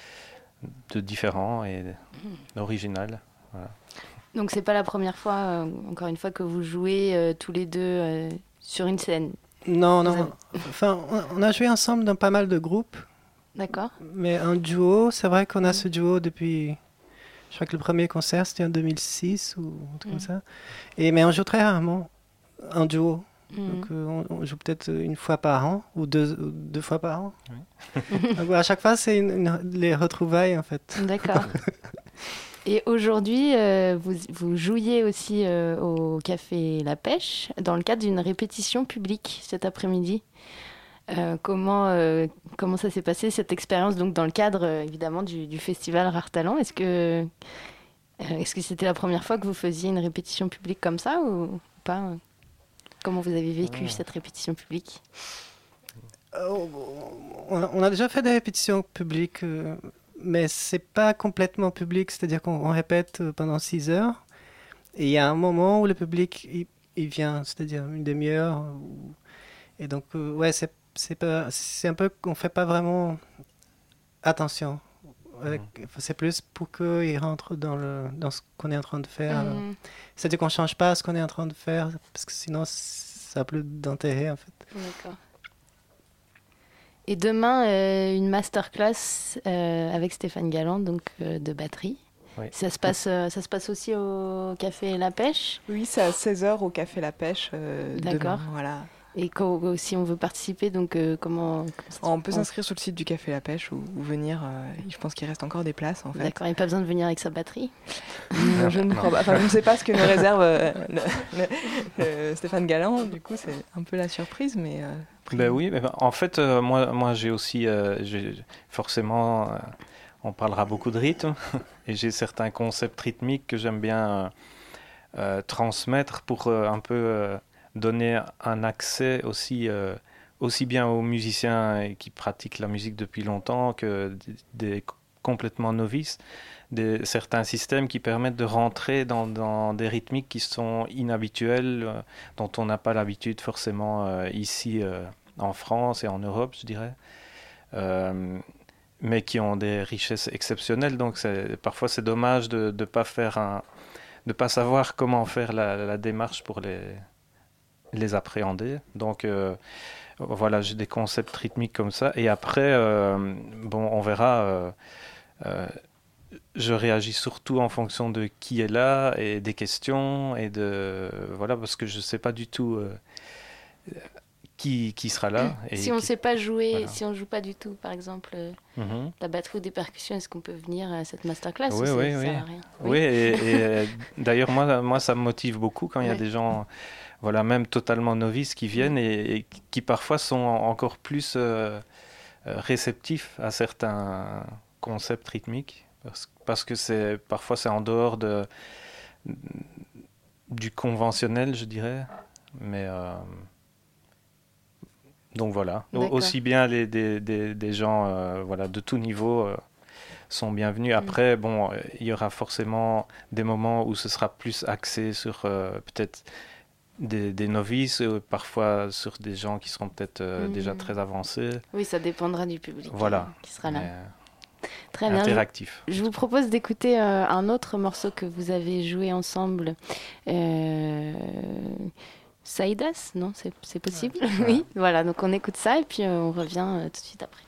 de différent et d'original. Voilà. Donc c'est pas la première fois, euh, encore une fois, que vous jouez euh, tous les deux euh, sur une scène. Non, non. Avez... Enfin, on a joué ensemble dans pas mal de groupes. D'accord. Mais un duo, c'est vrai qu'on a ce duo depuis. Je crois que le premier concert, c'était en deux mille six ou un truc mmh. comme ça. Et, mais on joue très rarement en duo. Mmh. Donc euh, on, on joue peut-être une fois par an ou deux, deux fois par an. Oui. Donc, à chaque fois, c'est une, une, les retrouvailles, en fait. D'accord. Et aujourd'hui, euh, vous, vous jouiez aussi euh, au Café La Pêche dans le cadre d'une répétition publique cet après-midi. Euh, comment, euh, comment ça s'est passé, cette expérience, donc dans le cadre euh, évidemment du, du festival Rare Talent. Est-ce que, euh, est-ce que c'était la première fois que vous faisiez une répétition publique comme ça ou pas ? Comment vous avez vécu oh. cette répétition publique ? euh, on, a, on a déjà fait des répétitions publiques, euh, mais c'est pas complètement public, c'est-à-dire qu'on on répète pendant six heures et il y a un moment où le public il, il vient, c'est-à-dire une demi-heure. Où, et donc, euh, ouais, c'est C'est, pas, c'est un peu qu'on ne fait pas vraiment attention. Avec, mmh. C'est plus pour qu'ils rentrent dans, le, dans ce qu'on est en train de faire. Mmh. C'est-à-dire qu'on ne change pas ce qu'on est en train de faire, parce que sinon, ça n'a plus d'intérêt, en fait. D'accord. Et demain, euh, une masterclass euh, avec Stéphane Galland, donc euh, de batterie. Oui. Ça, se passe, euh, ça se passe aussi au Café La Pêche ? Oui, c'est à seize heures au Café La Pêche. Euh, D'accord. Demain, voilà. Et quand, si on veut participer, donc euh, comment, comment on peut s'inscrire sur le site du Café La Pêche ou, ou venir. Euh, je pense qu'il reste encore des places en fait. D'accord, il n'y a pas besoin de venir avec sa batterie. Non, je ne crois pas. Enfin, je ne sais pas ce que nous réserve euh, le, le, le Stéphane Galland. Du coup, c'est un peu la surprise, mais. Euh, ben oui, mais en fait, euh, moi, moi, j'ai aussi, euh, j'ai, forcément, euh, on parlera beaucoup de rythme, et j'ai certains concepts rythmiques que j'aime bien euh, euh, transmettre pour euh, un peu. Euh, donner un accès aussi, euh, aussi bien aux musiciens qui pratiquent la musique depuis longtemps que des, des complètement novices, des, certains systèmes qui permettent de rentrer dans, dans des rythmiques qui sont inhabituelles, euh, dont on n'a pas l'habitude forcément euh, ici euh, en France et en Europe, je dirais, euh, mais qui ont des richesses exceptionnelles. Donc c'est, parfois c'est dommage de ne pas faire un, de pas savoir comment faire la, la démarche pour les les appréhender. Donc euh, voilà, j'ai des concepts rythmiques comme ça. Et après, euh, bon, on verra. Euh, euh, je réagis surtout en fonction de qui est là et des questions et de voilà, parce que je ne sais pas du tout euh, qui qui sera là. Et si on ne qui... sait pas jouer, voilà. Si on joue pas du tout, par exemple, euh, mm-hmm. la batterie ou des percussions, est-ce qu'on peut venir à cette masterclass Oui, ou oui, ça oui. sert à rien Oui, et, et d'ailleurs moi, moi, ça me motive beaucoup quand il y a ouais. des gens. Voilà, même totalement novices qui viennent et, et qui parfois sont encore plus euh, réceptifs à certains concepts rythmiques parce, parce que c'est, parfois c'est en dehors de, du conventionnel, je dirais. Mais euh, donc voilà, D'accord. aussi bien les, des, des, des gens euh, voilà, de tout niveau euh, sont bienvenus. Après, mmh. bon, il y aura forcément des moments où ce sera plus axé sur euh, peut-être Des, des novices, euh, parfois sur des gens qui seront peut-être euh, mmh. déjà très avancés. Oui, ça dépendra du public voilà. euh, qui sera là. Mais très bien. Interactif. Je, je vous propose d'écouter euh, un autre morceau que vous avez joué ensemble. Euh, Saïdas, non, c'est, c'est possible ouais. Oui, voilà, donc on écoute ça et puis euh, on revient euh, tout de suite après.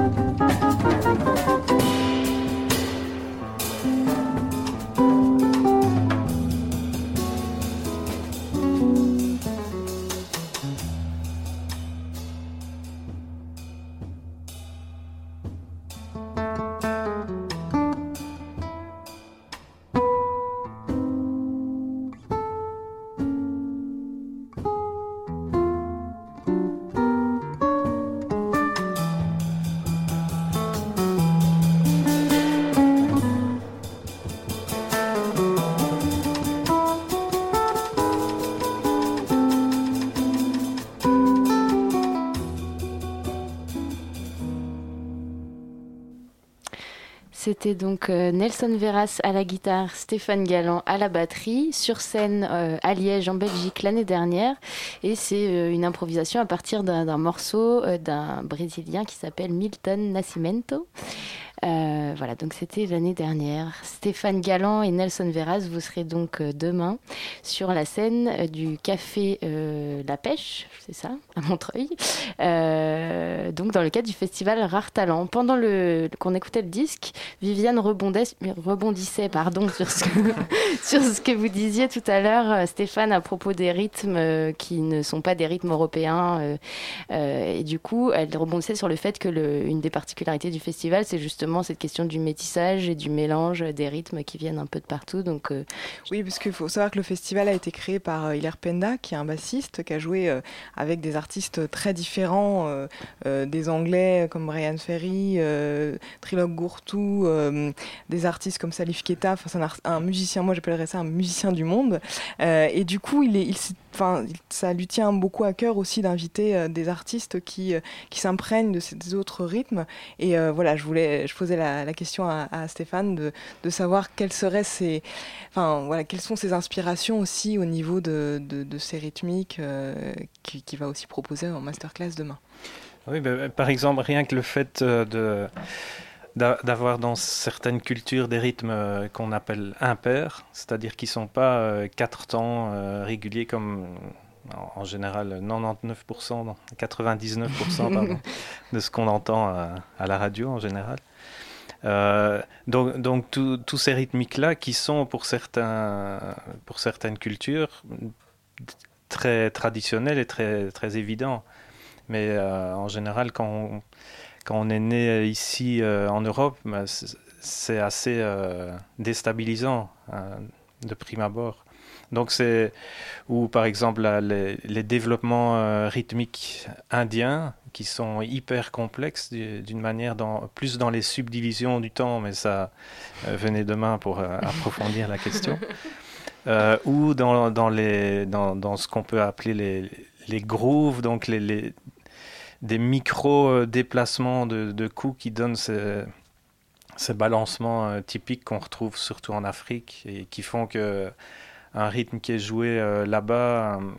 C'était donc euh, Nelson Veras à la guitare, Stéphane Galland à la batterie, sur scène euh, à Liège en Belgique l'année dernière. Et c'est euh, une improvisation à partir d'un, d'un morceau euh, d'un Brésilien qui s'appelle Milton Nascimento. Euh, voilà, donc c'était l'année dernière. Stéphane Galland et Nelson Veras, vous serez donc euh, demain sur la scène euh, du café euh, La Pêche, c'est ça, à Montreuil, euh, donc dans le cadre du festival Rare Talent. Pendant le, qu'on écoutait le disque, Viviane rebondissait, rebondissait pardon, sur, ce que, sur ce que vous disiez tout à l'heure, Stéphane, à propos des rythmes euh, qui ne sont pas des rythmes européens. Euh, euh, et du coup, elle rebondissait sur le fait que le, une des particularités du festival, c'est justement cette question du métissage et du mélange des rythmes qui viennent un peu de partout. Donc, euh... Oui, parce qu'il faut savoir que le festival a été créé par euh, Hilaire Penda, qui est un bassiste, qui a joué euh, avec des artistes très différents, euh, euh, des Anglais comme Brian Ferry, euh, Trilok Gourtou, euh, des artistes comme Salif Keita. Enfin, c'est un, art- un musicien, moi j'appellerais ça un musicien du monde. Euh, et du coup, il est, il, enfin, ça lui tient beaucoup à cœur aussi d'inviter euh, des artistes qui, euh, qui s'imprègnent de ces des autres rythmes. Et euh, voilà, je voulais, je posais la, la question à, à Stéphane de, de savoir quelles seraient ses, enfin voilà, quelles sont ses inspirations aussi au niveau de, de, de ces rythmiques euh, qu'il qui va aussi proposer en masterclass demain. Oui, ben, par exemple, rien que le fait de d'avoir dans certaines cultures des rythmes qu'on appelle impairs, c'est-à-dire qui ne sont pas quatre temps réguliers comme en général quatre-vingt-dix-neuf pour cent, quatre-vingt-dix-neuf pour cent pardon, de ce qu'on entend à, à la radio en général. Euh, donc donc tous ces rythmiques-là qui sont pour, certains, pour certaines cultures très traditionnels et très, très évidents. Mais euh, en général, quand on, quand on est né ici euh, en Europe, bah, c'est, c'est assez euh, déstabilisant hein, de prime abord. Donc c'est ou par exemple la, les, les développements euh, rythmiques indiens qui sont hyper complexes d'une manière dans, plus dans les subdivisions du temps, mais ça euh, venez demain pour euh, approfondir la question. Euh, ou dans, dans, les, dans, dans ce qu'on peut appeler les, les grooves, donc les, les, des micro-déplacements de, de coups qui donnent ces, ces balancements euh, typiques qu'on retrouve surtout en Afrique et qui font que un rythme qui est joué euh, là-bas euh,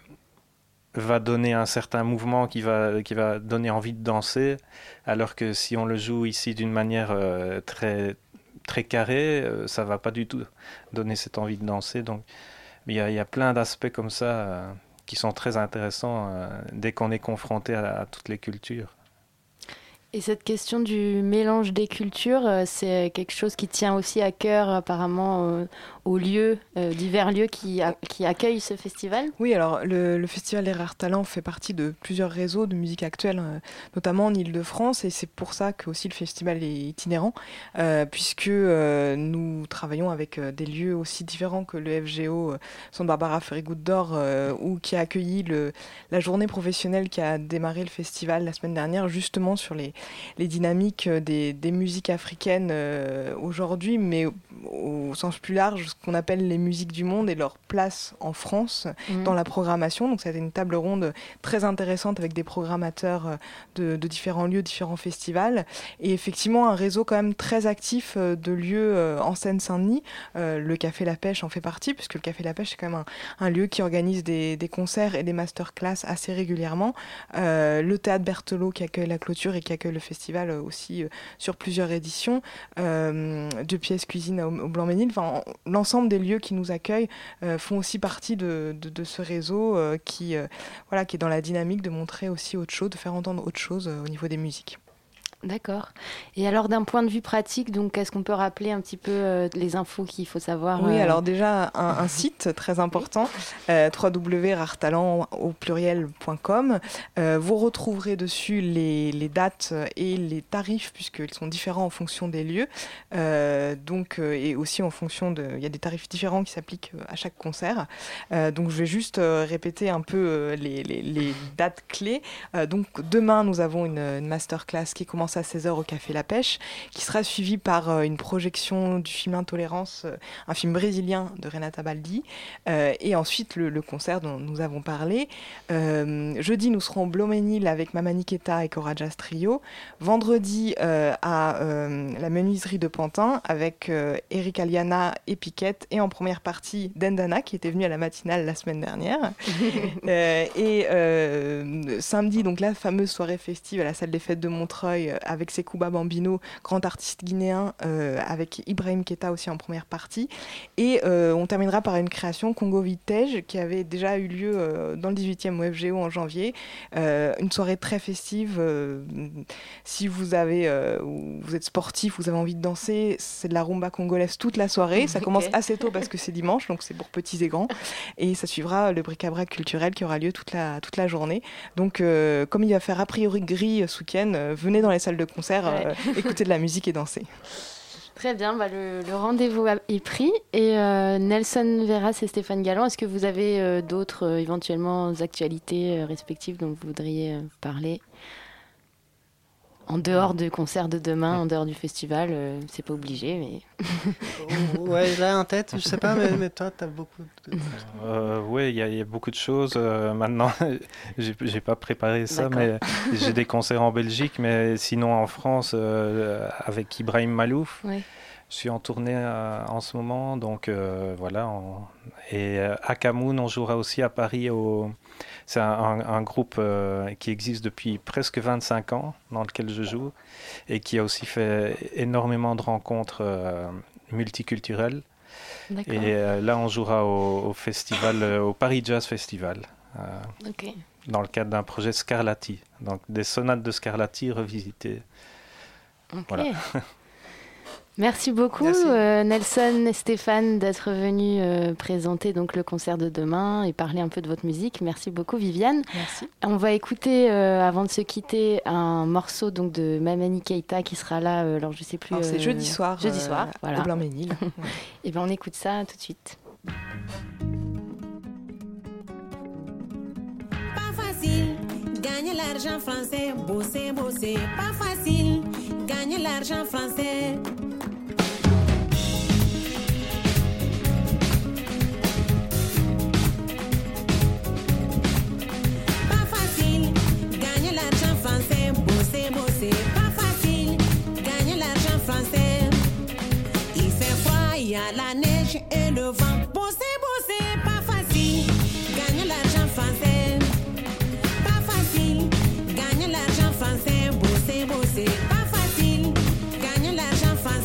va donner un certain mouvement qui va, qui va donner envie de danser, alors que si on le joue ici d'une manière euh, très, très carrée, euh, ça ne va pas du tout donner cette envie de danser. Donc il y a, il y a plein d'aspects comme ça euh, qui sont très intéressants euh, dès qu'on est confronté à, à toutes les cultures. Et cette question du mélange des cultures, euh, c'est quelque chose qui tient aussi à cœur apparemment euh, aux lieux, euh, divers lieux qui, a, qui accueillent ce festival. Oui, alors le, le Festival des Rares Talents fait partie de plusieurs réseaux de musique actuelle, euh, notamment en Île-de-France, et c'est pour ça que aussi le festival est itinérant, euh, puisque euh, nous travaillons avec euh, des lieux aussi différents que le F G O, euh, Son Barbara Ferry Goutte d'Or, euh, ou qui a accueilli le, la journée professionnelle qui a démarré le festival la semaine dernière, justement sur les les dynamiques des, des musiques africaines euh, aujourd'hui, mais au, au sens plus large, ce qu'on appelle les musiques du monde et leur place en France mmh. dans la programmation. Donc ça a été une table ronde très intéressante avec des programmateurs de, de différents lieux, différents festivals, et effectivement un réseau quand même très actif de lieux en Seine-Saint-Denis. Euh, le Café La Pêche en fait partie, puisque le Café La Pêche c'est quand même un, un lieu qui organise des, des concerts et des masterclass assez régulièrement. Euh, le Théâtre Berthelot qui accueille la clôture et qui accueille le festival aussi euh, sur plusieurs éditions, euh, de pièces cuisine au, au Blanc-Ménil. Enfin, l'ensemble des lieux qui nous accueillent euh, font aussi partie de, de, de ce réseau euh, qui, euh, voilà, qui est dans la dynamique de montrer aussi autre chose, de faire entendre autre chose euh, au niveau des musiques. D'accord. Et alors d'un point de vue pratique, donc est-ce qu'on peut rappeler un petit peu euh, les infos qu'il faut savoir Oui, euh... alors déjà un, un site très important, euh, w w w point rare talent au pluriel point com. Euh, vous retrouverez dessus les, les dates et les tarifs puisqu'ils sont différents en fonction des lieux, euh, donc euh, et aussi en fonction de, il y a des tarifs différents qui s'appliquent à chaque concert. Euh, donc je vais juste euh, répéter un peu euh, les, les, les dates clés. Euh, donc demain nous avons une, une masterclass qui commence à seize heures au Café La Pêche, qui sera suivie par euh, une projection du film Intolérance, euh, un film brésilien de Renata Baldi, euh, et ensuite le, le concert dont nous avons parlé. Euh, jeudi, nous serons au Bloménil avec Mama Niketa et Cora Jazz Trio. Vendredi, euh, à euh, la menuiserie de Pantin avec euh, Eric Aliana et Piquette, et en première partie Dendana qui était venu à la matinale la semaine dernière. euh, et euh, samedi, donc la fameuse soirée festive à la salle des fêtes de Montreuil avec Sekouba Bambino, grand artiste guinéen, euh, avec Ibrahim Keita aussi en première partie. Et euh, on terminera par une création Congo Vitège qui avait déjà eu lieu euh, dans le dix-huitième au F G O en janvier. Euh, une soirée très festive. Euh, si vous, avez, euh, vous êtes sportif, vous avez envie de danser, c'est de la rumba congolaise toute la soirée. Ça commence okay. assez tôt parce que c'est dimanche, donc c'est pour petits et grands. Et ça suivra le bric-à-brac culturel qui aura lieu toute la, toute la journée. Donc euh, comme il va faire a priori gris ce week-end, euh, venez dans les salles de concert, ouais. euh, écouter de la musique et danser. Très bien, bah le, le rendez-vous est pris. Et euh, Nelson Veras et Stéphane Galland, est-ce que vous avez euh, d'autres euh, éventuellement actualités euh, respectives dont vous voudriez euh, parler ? En dehors du concert de demain, en dehors du festival, euh, c'est pas obligé, mais... ouais, là en tête, je sais pas, mais, mais toi, t'as beaucoup de... Euh, oui, il y, y a beaucoup de choses. Euh, maintenant, j'ai, j'ai pas préparé ça, D'accord. mais j'ai des concerts en Belgique, mais sinon en France, euh, avec Ibrahim Malouf. Oui. Je suis en tournée euh, en ce moment, donc euh, voilà. On... Et euh, à Camoun, on jouera aussi à Paris. Au... C'est un, un, un groupe euh, qui existe depuis presque vingt-cinq ans, dans lequel je joue, et qui a aussi fait énormément de rencontres euh, multiculturelles. D'accord. Et euh, là, on jouera au, au festival, euh, au Paris Jazz Festival, euh, okay. dans le cadre d'un projet Scarlatti. Donc des sonates de Scarlatti revisitées. Okay. Voilà. Merci beaucoup euh, Nelson et Stéphane d'être venus euh, présenter donc le concert de demain et parler un peu de votre musique. Merci beaucoup Viviane. Merci. On va écouter euh, avant de se quitter un morceau donc de Mamani Keita qui sera là. Euh, alors je sais plus. Alors, c'est euh, jeudi soir. Jeudi soir. Euh, voilà. Au Blanc-Ménil. Ouais. Et ben on écoute ça tout de suite. Pas facile, gagner l'argent français, bosser, bosser. Pas facile, gagner l'argent français. Il y a la neige et le vent. Bosser, bosser, pas facile. Gagner l'argent français. Pas facile. Gagner l'argent français. Bosser, bosser, pas facile. Gagner l'argent français.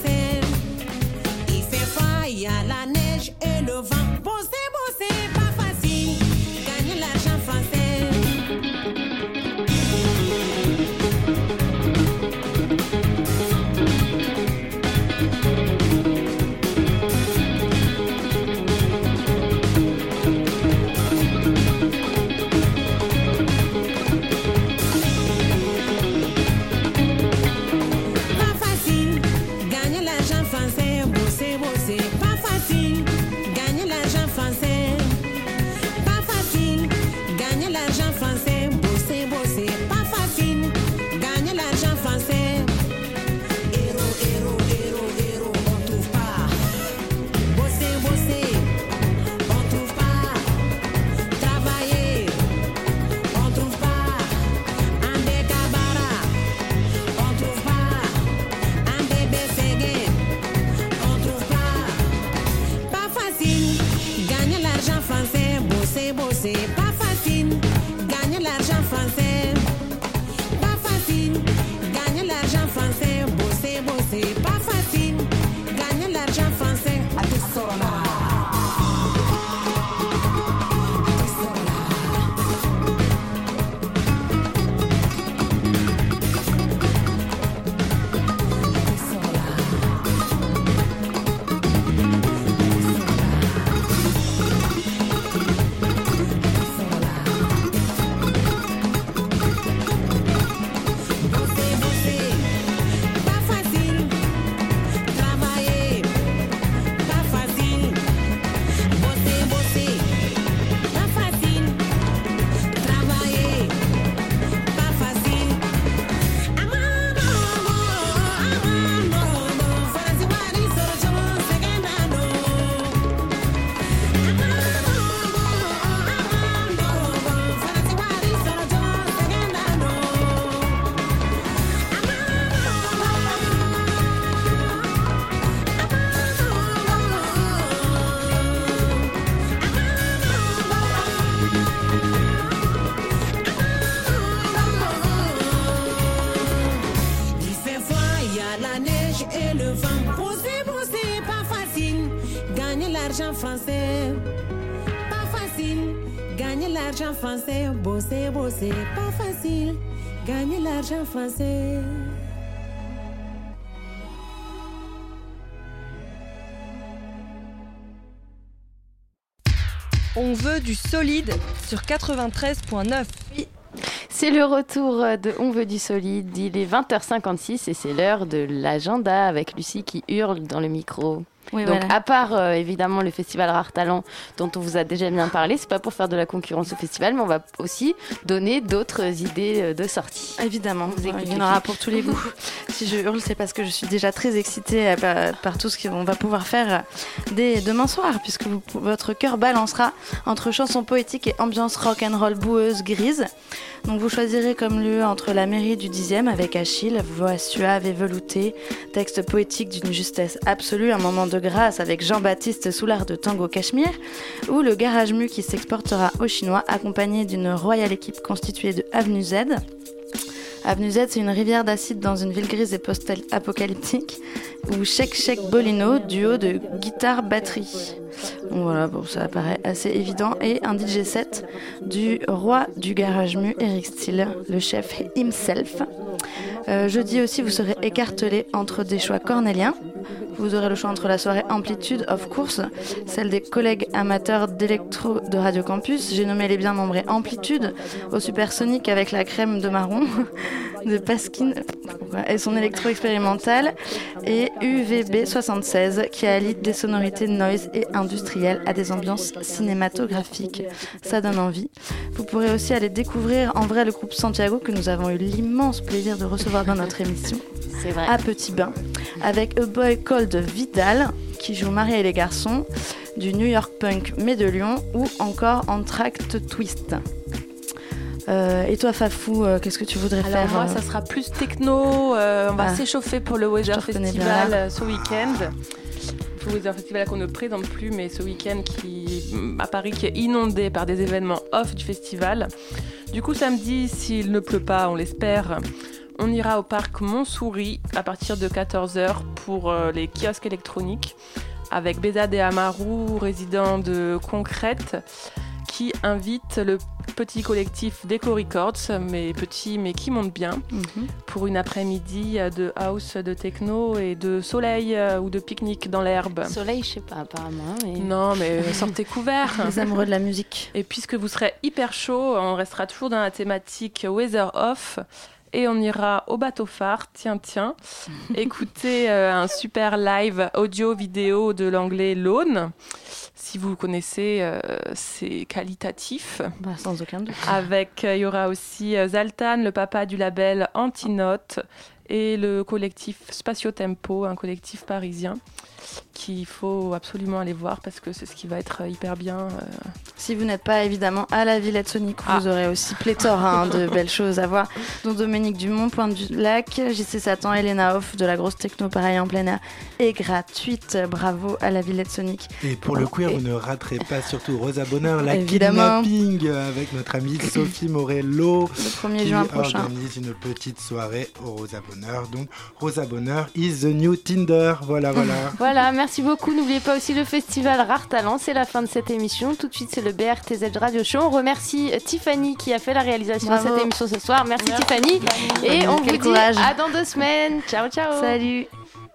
l'argent français. Pas facile, gagner l'argent français. Bosser, bosser, pas facile, gagner l'argent français. On veut du solide sur quatre-vingt-treize virgule neuf. Oui. C'est le retour de On veut du solide. Il est vingt heures cinquante-six et c'est l'heure de l'agenda avec Lucie qui hurle dans le micro. Oui, Donc, voilà. à part euh, évidemment le festival Rare Talent dont on vous a déjà bien parlé, c'est pas pour faire de la concurrence au festival, mais on va aussi donner d'autres idées euh, de sortie. Évidemment, vous il y en aura pour tous les goûts. Si je hurle, c'est parce que je suis déjà très excitée euh, par, par tout ce qu'on va pouvoir faire dès demain soir, puisque vous, votre cœur balancera entre chansons poétiques et ambiance rock and roll boueuse grise. Donc vous choisirez comme lieu entre la mairie du dixième avec Achille, voix suave et veloutée, texte poétique d'une justesse absolue, un moment de grâce avec Jean-Baptiste Soulard de Tango Cachemire, ou le Garage Mu qui s'exportera au chinois accompagné d'une royale équipe constituée de Avenue Z. Avenue Z, c'est une rivière d'acide dans une ville grise et post-apocalyptique, ou Cheikh Cheikh Bolino, duo de guitare-batterie. Donc voilà, bon, ça paraît assez évident. Et un D J set du roi du Garage Mu, Eric Steele, le chef himself. Euh, jeudi aussi, vous serez écartelé entre des choix cornéliens. Vous aurez le choix entre la soirée Amplitude, of course, celle des collègues amateurs d'électro de Radio Campus. J'ai nommé les bien nombreux Amplitude, au Supersonic avec la crème de marron de Paskin et son électro expérimental, et U V B soixante-seize qui allie des sonorités noise et industrielles à des ambiances cinématographiques. Ça donne envie. Vous pourrez aussi aller découvrir en vrai le groupe Santiago que nous avons eu l'immense plaisir de recevoir dans notre émission. C'est vrai. À Petit Bain, avec A Boy Called Vidal qui joue Marie et les garçons, du New York Punk mais de Lyon, ou encore Entracte Twist. Euh, et toi Fafou, euh, qu'est-ce que tu voudrais Alors faire moi euh... ça sera plus techno, euh, on va Ah. s'échauffer pour le Weather Je te reconnais Festival bien là. euh, ce week-end. Le Weather Festival qu'on ne présente plus, mais ce week-end qui, à Paris qui est inondé par des événements off du festival. Du coup samedi, s'il ne pleut pas, on l'espère, on ira au parc Montsouris à partir de quatorze heures pour euh, les kiosques électroniques avec Bézade et Amaru, résidents de Concrète, qui invite le petit collectif Deco Records, mais petit mais qui monte bien, Mhm. pour une après-midi de house, de techno et de soleil euh, ou de pique-nique dans l'herbe. Soleil, je sais pas apparemment. Mais... Non, mais sortez couverts. Les amoureux de la musique. Et puisque vous serez hyper chaud, on restera toujours dans la thématique Weather Off. Et on ira au bateau phare, tiens, tiens, écouter euh, un super live audio-vidéo de l'anglais Lone. Si vous connaissez, euh, c'est qualitatif. Bah, sans aucun doute. Avec, il euh, y aura aussi euh, Zaltan, le papa du label Antinote, et le collectif Spatio Tempo, un collectif parisien qu'il faut absolument aller voir parce que c'est ce qui va être hyper bien. Euh... Si vous n'êtes pas évidemment à la Villette Sonic, Ah. vous aurez aussi pléthore hein, de belles choses à voir, dont Dominique Dumont, Pointe du Lac, J C Satan, Elena Hoff, de la grosse techno pareil en plein air et gratuite. Bravo à la Villette Sonic. Et pour le queer, vous ne raterez pas surtout Rosa Bonheur, la Évidemment. kidnapping avec notre amie Sophie Morello, Le premier qui juin prochain. organise une petite soirée au Rosa Bonheur. Donc Rosa Bonheur is the new Tinder. Voilà, voilà. Voilà, merci beaucoup. N'oubliez pas aussi le festival Rare Talent. C'est la fin de cette émission. Tout de suite, c'est le B R T Z Radio Show. On remercie Tiffany qui a fait la réalisation Bravo. de cette émission ce soir. Merci, Merci, Tiffany. Tiffany. Et on Quel vous courage. dit à dans deux semaines. Ciao, ciao. Salut.